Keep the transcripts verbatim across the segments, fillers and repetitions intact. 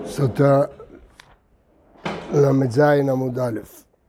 סוטה למ"ז עמוד א'.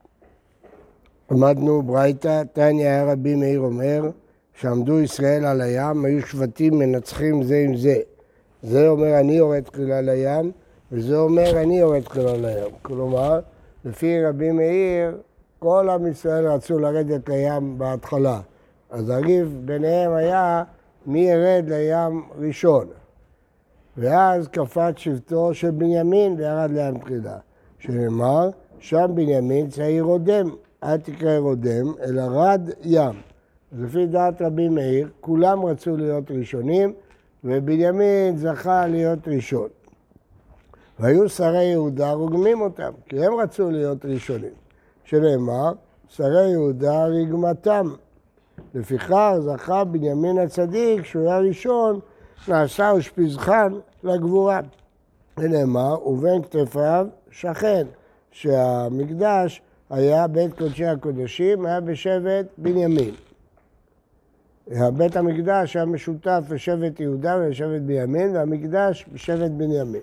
למדנו ברייתא, תניא היה רבי מאיר אומר, שעמדו ישראל על הים, היו שבטים מנצחים זה עם זה. זה אומר אני יורד תחילה לים, וזה אומר אני יורד תחילה לים. כלומר, לפי רבי מאיר, כל עם ישראל רצו לרדת לים בהתחלה. אז הריב ביניהם היה מי ירד לים ראשון. ואז קפץ שבטו של בנימין וירד לים תחילה. שנאמר, שם בנימין צעיר רודם, אל תקרא רודם, אלא רד ים. אז לפי דעת רבי מאיר, כולם רצו להיות ראשונים, ובנימין זכה להיות ראשון. והיו שרי יהודה רוגמים אותם, כי הם רצו להיות ראשונים. שנאמר, שרי יהודה רגמתם. לפיכך זכה בנימין הצדיק, שהוא היה ראשון, נעשה ושפיזכן לגבורה. ונאמר, ובין כתפיו שכן, שהמקדש היה בית קודשי הקודשים, היה בשבט בנימין. בית המקדש היה משותף לשבט יהודה ולשבט בנימין, והמקדש בשבט בנימין.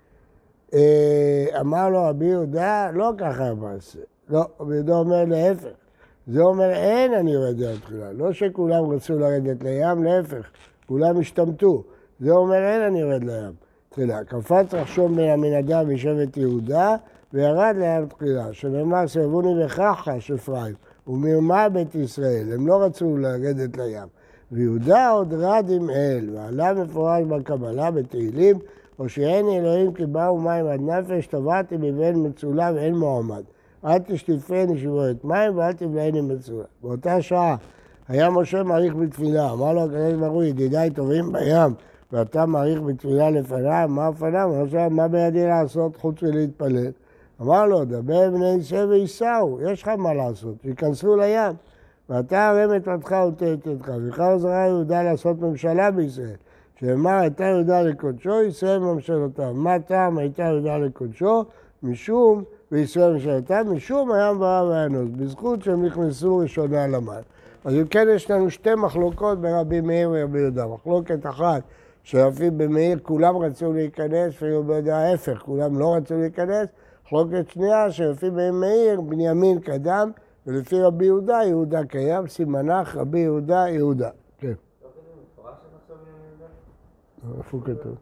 אמר לו רבי יהודה, לא ככה המעשה. לא, רבי יהודה אומר להפך. זה אומר אין אני יורד לים תחילה. לא שכולם רצו לרדת לים, להפך. כולם השתמטו. זה אומר אין אני יורד לים תחילה. קפץ רחשום בן עמינדב משבט יהודה וירד לים תחילה. שנאמר סבבוני וכחש אפרים ומרמה בית ישראל. הם לא רצו לרדת לים. ויהודה עוד רד עם אל ועלה מפורש בקבלה בתהילים הושיעני אלוהים כי באו מים עד נפש טבעתי מבין מצולה ואין מועמד. אל תשטיפני שבועת מים ואל תבלעני מצולה. באותה שעה היה משה מעריך בתפילה, אמר לו הקדוש ברוך הוא ידידיי טובים בים ואתה מעריך בתפילה לפניו, מה לפניו? עכשיו מה בידי לעשות חוץ מלהתפלל? אמר לו דבר בני ישראל וייסעו, יש לך מה לעשות, ייכנסו לים ואתה הרי מטרתך ותהת ידך. וכך זרע יהודה לעשות ממשלה בישראל, שאמר הייתה יהודה לקודשו, ישראל ממשלותיו. מה טעם הייתה יהודה לקודשו? משום וישראל ממשלותיו, משום הים ברא והינוס, בזכות שהם נכנסו ראשונה למים. אז אם כן יש לנו שתי מחלוקות ברבי מאיר ורבי יהודה. מחלוקת אחת שרבי מאיר כולם רצו להיכנס ורבי יהודה ההפך, כולם לא רצו להיכנס. מחלוקת שנייה שרבי מאיר בנימין קדם ולפי רבי יהודה יהודה קיים, סימנך רבי יהודה יהודה. כן. לא כתוב מפורש שנחשב בנימין יהודה? איפה כתוב?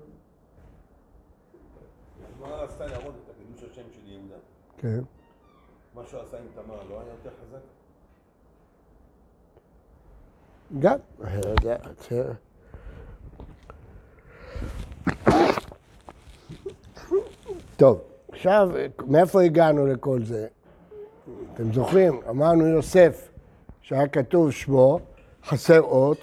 מה עשה להראות את הקדוש השם של יהודה? כן. מה שהוא עשה עם תמר לא היה יותר חזק? גם, אני יודע, טוב, עכשיו, מאיפה הגענו לכל זה? אתם זוכרים, אמרנו יוסף, שהיה כתוב שמו, חסר אות,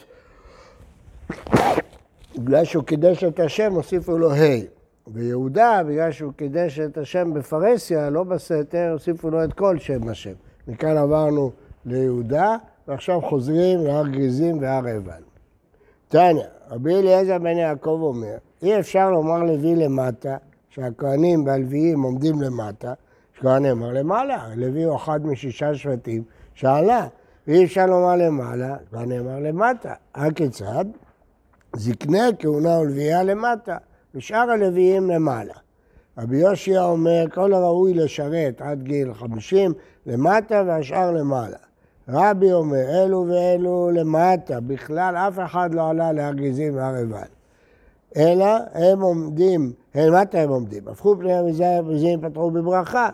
בגלל שהוא קידש את השם, הוסיפו לו ה'. ויהודה, בגלל שהוא קידש את השם בפרסיה, לא בסתר, הוסיפו לו את כל שם השם. מכאן עברנו ליהודה, ועכשיו חוזרים להר גריזים והר עיבל. תניא, רבי אליעזר בן יעקב אומר, אי אפשר לומר לוי למטה, שהכהנים והלוויים עומדים למטה, שכהן אמר למעלה, לוי הוא אחד משישה שבטים שעלה, ואי אפשר לומר למעלה, שכהן אמר למטה. הכיצד? זקני כהונה ולוויה למטה, ושאר הלוויים למעלה. רבי יושיע אומר, כל הראוי לשרת עד גיל חמישים למטה והשאר למעלה. רבי אומר, אלו ואלו למטה, בכלל אף אחד לא עלה להר גריזים והר עיבל. אלא הם עומדים, למטה הם עומדים. הפכו פני המזים פתחו בברכה.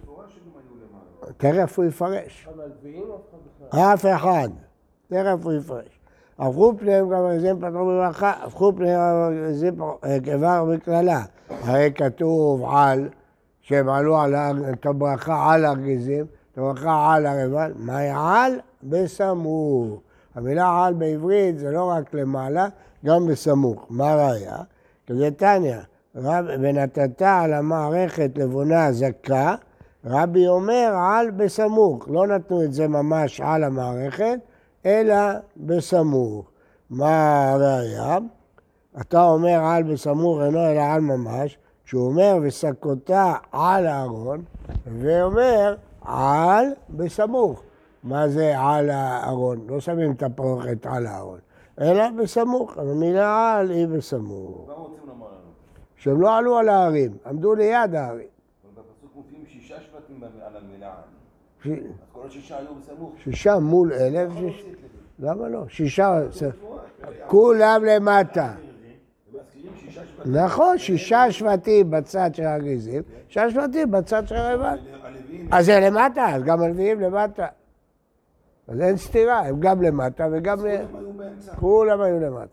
תכף הוא יפרש. אף אחד. תכף הוא יפרש. הפכו פניהם גם המזים פתחו בברכה, הפכו פניהם המזים כבר בקללה. הרי כתוב על, שהם עלו את הברכה על הגריזים, את הברכה על הרבל. מה היא על? בסמוך. המילה על בעברית זה לא רק למעלה, גם בסמוך. מה ראיה? כזה תניא, ונתת על המערכת לבונה זכה, רבי אומר על בסמוך. לא נתנו את זה ממש על המערכת, אלא בסמוך. מה הראיה? אתה אומר על בסמוך אינו אלא על ממש, שהוא אומר וסקותה על הארון, ואומר על בסמוך. מה זה על הארון? לא שמים את הפרוכת על הארון, אלא בסמוך. המילה על היא בסמוך. מה רוצים לומר לנו? שהם לא עלו על ההרים, עמדו ליד ההרים. אבל בפסוק מופיעים שישה שבטים על המנהל. ש... אז כל השישה היו בסמוך. שישה מול אלף, שיש... למה לא? שישה, כולם למטה. נכון, שישה שבטים בצד של הגריזים, שישה שבטים בצד של הרבן. אז זה למטה, אז גם הלוויים למטה. אז אין סתירה, הם גם למטה וגם... כולם היו למטה.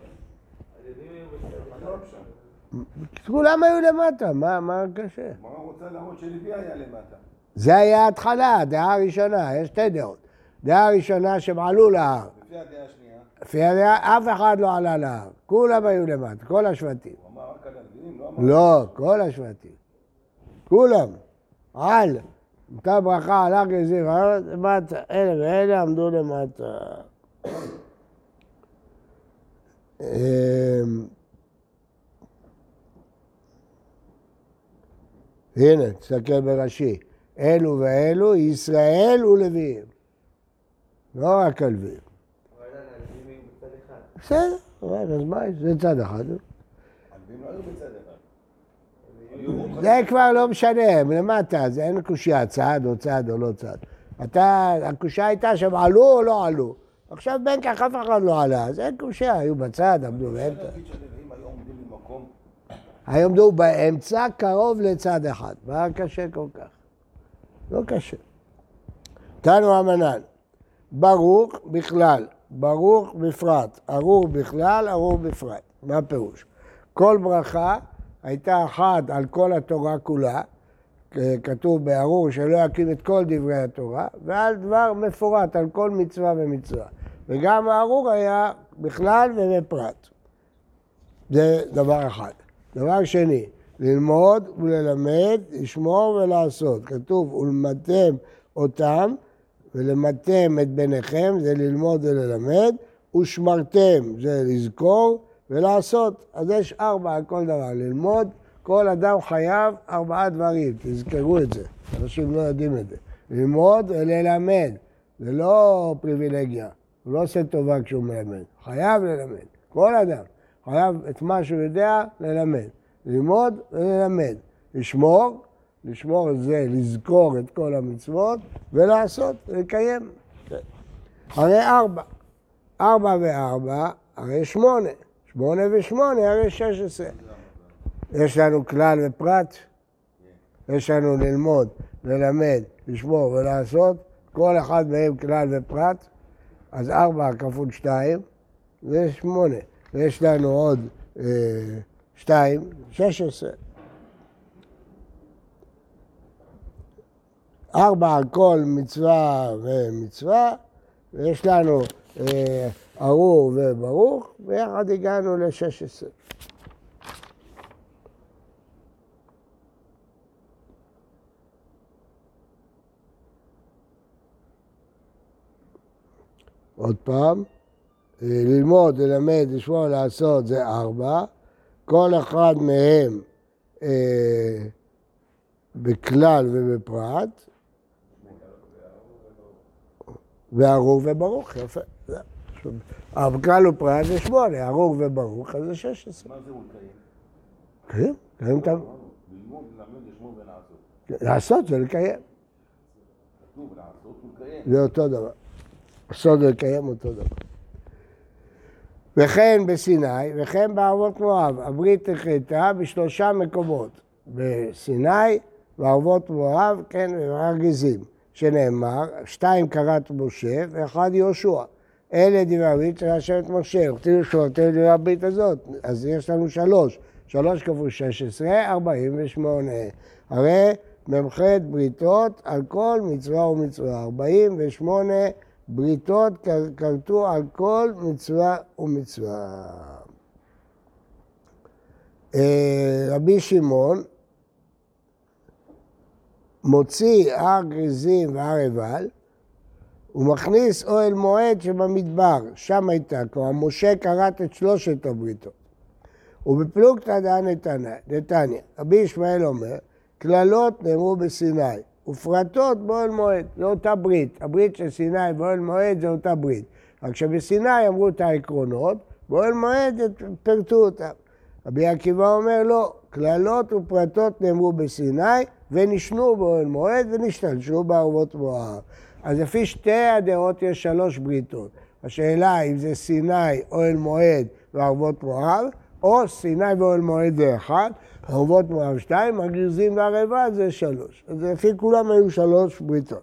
כולם היו למטה, מה קשה? מה רוצה להראות שלוי היה למטה? זה היה ההתחלה, הדעה הראשונה, יש שתי דעות. דעה הראשונה שהם עלו להר. לפי הדעה השנייה? לפי הדעה, אף אחד לא עלה להר. כולם היו למטה, כל השבטים. הוא אמר רק על הלוויים, לא אמר... לא, כל השבטים. כולם. על. אותה ברכה על הר גריזים, למטה, אלה ואלה עמדו למטה. הנה, תסתכל ברש"י. אלו ואלו, ישראל ולוויים. לא רק הלוויים. אבל הלוויים היו בצד אחד. בסדר, אז מה, זה צד אחד. הלוויים לא היו בצד אחד. זה כבר לא משנה, למטה, זה אין קושיה, צד או צד או לא צד. אתה, הקושיה הייתה שהם עלו או לא עלו. עכשיו בין כך אף אחד לא עלה, אז אין קושיה, היו בצד, עמדו באמצע. היו עמדו באמצע קרוב לצד אחד. מה קשה כל כך? לא קשה. תנו המנן, ברוך בכלל, ברוך בפרט, ארור בכלל, ארור בפרט. מה הפירוש? כל ברכה הייתה אחת על כל התורה כולה, כתוב בארור שלא יקים את כל דברי התורה, ועל דבר מפורט על כל מצווה ומצווה. וגם הארור היה בכלל ובפרט. זה דבר אחד. דבר שני, ללמוד וללמד, לשמור ולעשות. כתוב, ולמדתם אותם, ולמדתם את בניכם, זה ללמוד וללמד, ושמרתם, זה לזכור ולעשות. אז יש ארבע על כל דבר. ללמוד, כל אדם חייב ארבעה דברים, תזכרו את זה. אנשים לא יודעים את זה. ללמוד וללמד, זה לא פריבילגיה. הוא לא עושה טובה כשהוא מלמד. חייב ללמד. כל אדם חייב את מה שהוא יודע ללמד. ללמוד וללמד. לשמור, לשמור את זה, לזכור את כל המצוות, ולעשות, לקיים. הרי ארבע. ארבע וארבע, הרי שמונה. שמונה ושמונה, הרי שש עשרה. יש לנו כלל ופרט. יש לנו ללמוד, ללמד, לשמור ולעשות. כל אחד מהם כלל ופרט. אז ארבע כפול שתיים, זה שמונה. ויש לנו עוד אה, שתיים, שש עשרה. ארבע על כל מצווה ומצווה, ויש לנו אה, ארור וברוך, ויחד הגענו ל-שש עשרה. עוד פעם, ללמוד, ללמד, לשמור, לעשות, זה ארבע. כל אחד מהם אה, בכלל ובפרט. וארור וברוך, יפה. אבל בכלל ופרט זה שמונה, ארור וברוך, אז זה שש עשרה. מה זה הוא לקיים? כן, קיים אותם. ללמוד, ללמד, לשמור ולעשות. לעשות זה לקיים. כתוב, לעשות ולקיים. זה אותו דבר. לעשות ולקיים אותו דבר. וכן בסיני, וכן בערבות מואב, הברית נכרתה בשלושה מקומות. בסיני, בערבות מואב, כן, ובהר גריזים, שנאמר, שתיים קראת משה ואחד יהושע. אלה דברי הברית של השבט משה, וכתיב שורתי דברי הברית הזאת, אז יש לנו שלוש. שלוש כפול שש עשרה, ארבעים ושמונה. הרי ממחת בריתות על כל מצווה ומצווה. ארבעים ושמונה בריתות כרתו על כל מצווה ומצווה. רבי שמעון מוציא הר גריזים והר עיבל, הוא מכניס אוהל מועד שבמדבר, שם הייתה, כלומר משה כרת את שלושת הבריתות. ובפלוגתא דתניא, רבי ישמעאל אומר, כללות נאמרו בסיני, ופרטות באוהל מועד, זה אותה ברית. הברית של סיני באוהל מועד זה אותה ברית. רק שבסיני אמרו את העקרונות, באוהל מועד פרטו אותם. רבי עקיבא אומר לא, כללות ופרטות נאמרו בסיני ונשנו באוהל מועד ונשתלשו בערבות מואב. אז לפי שתי הדעות יש שלוש בריתות. השאלה אם זה סיני, אוהל מועד וערבות מואב, או סיני ואוהל מועד זה אחד, ערבות מואב שתיים, הגריזים והערבה זה שלוש. אז לפי כולם היו שלוש בריתות.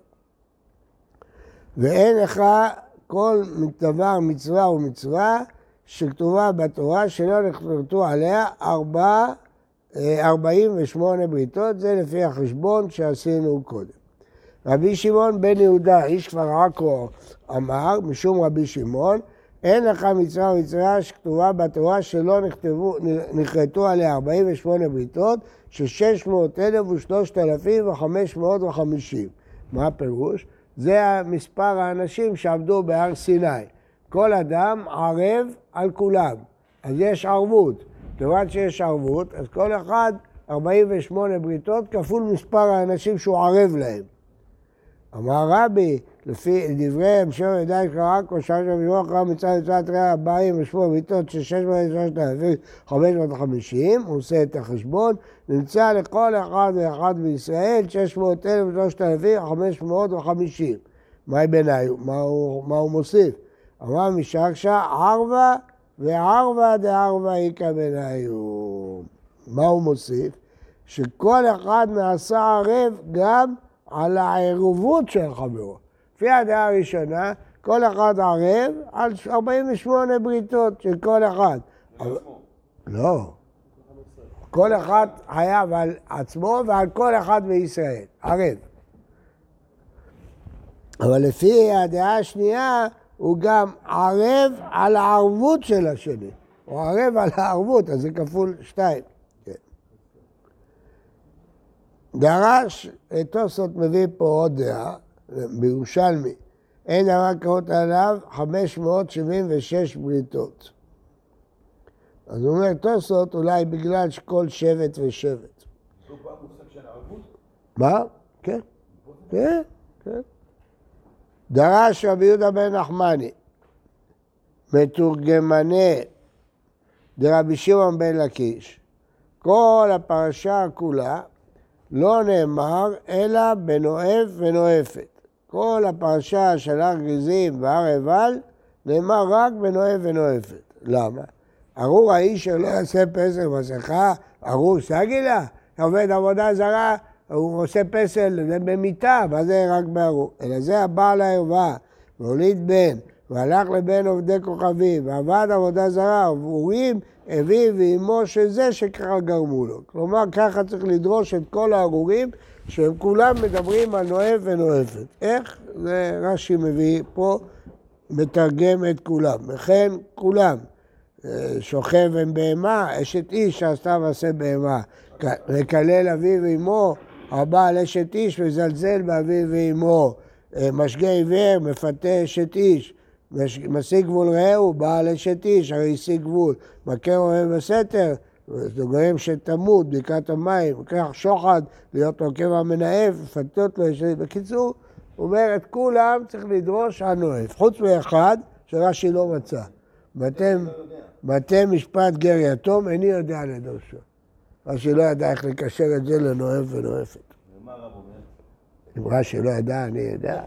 ואין לך כל דבר מצווה ומצווה שכתובה בתורה שלא נכתבו עליה ארבע, ארבעים ושמונה בריתות, זה לפי החשבון שעשינו קודם. רבי שמעון בן יהודה, איש כפר עכו, אמר, משום רבי שמעון, אין לך מצווה ומצווה שכתובה בתורה שלא נכתבו, נכרתו עליה ארבעים ושמונה בריתות, ששש מאות אלף ושלושת אלפים וחמש מאות וחמישים. מה הפירוש? זה מספר האנשים שעבדו בהר סיני. כל אדם ערב על כולם, אז יש ערבות. כיוון שיש ערבות, אז כל אחד ארבעים ושמונה בריתות כפול מספר האנשים שהוא ערב להם. אמר רבי, לפי דברי המשך ידיים של עכו, שעה שבשבוע אחר מצד מצוות רע ארבעים ושמונה בריתות של שש מאות ושלושת אלפים וחמש מאות וחמישים, הוא עושה את החשבון, נמצא לכל אחד ואחד בישראל שש מאות אלף ושלושת אלפים וחמש מאות וחמישים. מהי ביניהם? מה הוא, מה הוא מוסיף? אמר משקשא ערבה וערבה דערבה איכא ביניהם. מה הוא מוסיף? שכל אחד נעשה ערב גם על הערבות של חברו. לפי הדעה הראשונה, כל אחד ערב על ארבעים ושמונה בריתות של כל אחד. אבל... לא. כל אחד חייב על עצמו ועל כל אחד בישראל. ערב. אבל לפי הדעה השנייה, הוא גם ערב על הערבות של השני. הוא ערב על הערבות, אז זה כפול שתיים. דרש, תוספות מביא פה עוד דעה, בירושלמי, אין דבר קרות עליו חמש מאות שבעים ושש בריתות. אז הוא אומר, תוספות אולי בגלל שכל שבט ושבט. לא פעם מושג של ערבות? מה? כן, כן, כן. דרש רבי יהודה בן נחמני, מתורגמני דרבי שמעון בן לקיש, כל הפרשה כולה, לא נאמר אלא בנואף ונואפת. כל הפרשה של הר גריזים והר עיבל נאמר רק בנואף ונואפת. למה? ארור האיש שלא יעשה פסל מסכה, ארור סגילה, עובד עבודה זרה, הוא עושה פסל במיטה, ואז זה רק בארור. אלא זה הבעל הערווה, והוליד בן, והלך לבן עובדי כוכבים, ועבד עבודה זרה, ובורים, אביו ואמו של זה שככה גרמו לו. כלומר, ככה צריך לדרוש את כל הארורים, שהם כולם מדברים על נואף ונואפת. איך? זה רש"י מביא פה, מתרגם את כולם. וכן, כולם. שוכב עם בהמה, אשת איש שעשתה ועשה בהמה. לקלל אביו ואמו, הבעל אשת איש וזלזל באביו ואמו. משגה עיוור, מפתה אשת איש. משיג גבול רעהו, בעל אשת איש, הרי השיג גבול. מכר אוהב בסתר, דוגרים שתמות, בדיקת המים, לקח שוחד, להיות עוקב המנאף, לפתות לו אשת איש. בקיצור, הוא אומר, את כולם צריך לדרוש הנואף. חוץ מאחד, שרש"י לא מצא. בתי משפט גר יתום, איני יודע לדרשו. רש"י לא ידע איך לקשר את זה לנואף ונואפת. ומה הרב אומר? אם רש"י לא ידע, אני יודע.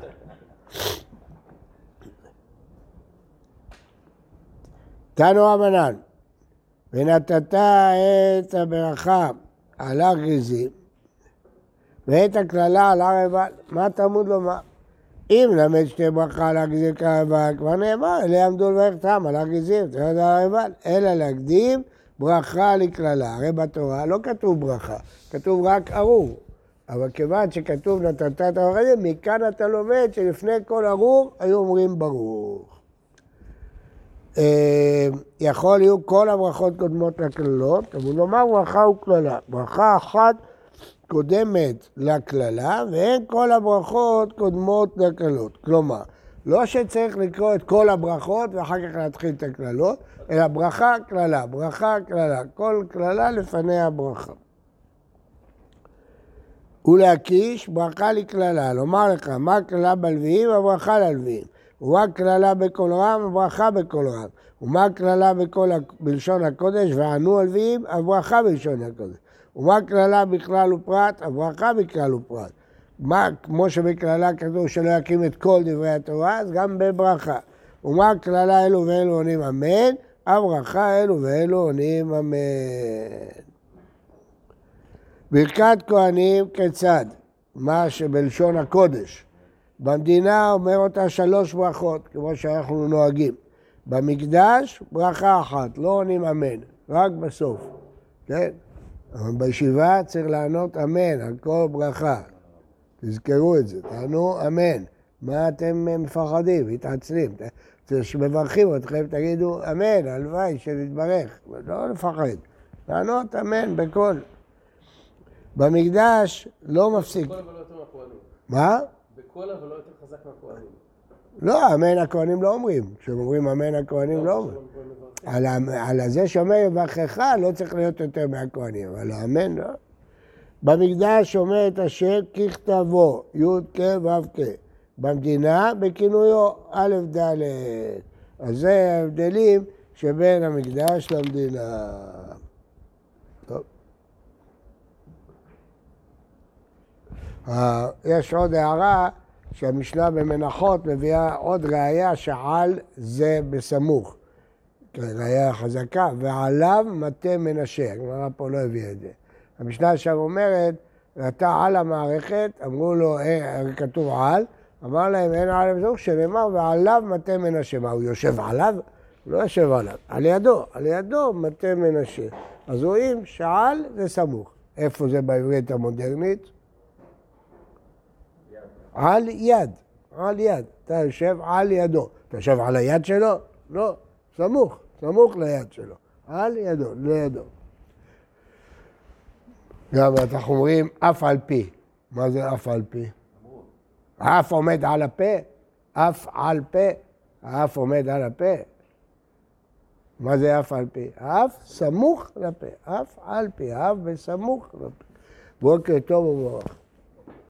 תנו רבנן, ונתת את הברכה על הר גריזים, ואת הקללה על הר עיבל. מה תלמוד לומר? אם למד שתי ברכה על הר גריזים כהר עיבל, כבר נאמר, אלה יעמדו לברכתם על הר גריזים, תלמד על הר עיבל, אלא להקדים ברכה לקללה. הרי בתורה לא כתוב ברכה, כתוב רק ארור. אבל כיוון שכתוב נתת את הברכה, מכאן אתה לומד שלפני כל ארור היו אומרים ברוך. יכול להיות כל הברכות קודמות לקללות, אבל נאמר ברכה וקללה. ברכה אחת קודמת לקללה, ואין כל הברכות קודמות לקללות. כלומר, לא שצריך לקרוא את כל הברכות ואחר כך להתחיל את הקללות, אלא ברכה, קללה, ברכה, קללה. כל קללה לפני הברכה. ולהקיש ברכה לקללה. לומר לך, מה קללה בלוויים? הברכה ללוויים. ומה כללה בקול רם, הברכה בקול רם. ומה כללה בקול, בלשון הקודש, וענו הלוויים, הברכה בלשון הקודש. ומה כללה בכלל ופרט, הברכה בכלל ופרט. מה, כמו שבכללה כתוב שלא יקים את כל דברי התורה, אז גם בברכה. ומה כללה אלו ואלו עונים אמן, הברכה אלו ואלו עונים אמן. ברכת כהנים כיצד? מה שבלשון הקודש. במדינה אומר אותה שלוש ברכות, כמו שאנחנו נוהגים. במקדש ברכה אחת, לא עונים אמן, רק בסוף. כן? אבל בישיבה צריך לענות אמן על כל ברכה. תזכרו את זה, תענו אמן. מה אתם מפחדים, מתעצלים? כשמברכים אתכם תגידו אמן, הלוואי שנתברך. לא לפחד, לענות אמן בכל. במקדש לא מפסיק. בקול אבל לא יותר מהכהנים. מה? בקול אבל לא יותר חזק מהכהנים. לא, אמן הכהנים לא אומרים. כשהם אומרים אמן הכהנים לא אומרים. על, על זה שאומר יברכך לא צריך להיות יותר מהכהנים, אבל אמן לא. במקדש אומר את השם ככתבו, י' כ' ו' כ'. במדינה בכינויו א' ד'. אז זה ההבדלים שבין המקדש למדינה. טוב. יש עוד הערה שהמשנה במנחות מביאה עוד ראיה שעל זה בסמוך. ראיה חזקה, ועליו מטה מנשה. הגמרא פה לא הביאה את זה. המשנה שם אומרת, אתה על המערכת, אמרו לו, אה, כתוב על, אמר להם, אין עליו זוך, שנאמר, ועליו מטה מנשה. מה, הוא יושב עליו? הוא לא יושב עליו, על ידו, על ידו מטה מנשה. אז רואים שעל זה סמוך. איפה זה בעברית המודרנית? על יד, על יד. אתה יושב על ידו. אתה יושב על היד שלו? לא, סמוך, סמוך ליד שלו. על ידו, לידו. גם אנחנו אומרים אף על פי. מה זה אף על פי? האף עומד על הפה, אף על פה, האף עומד על הפה. מה זה אף על פי? האף סמוך לפה, אף על פי, האף בסמוך לפה. בוקר טוב ומבורך.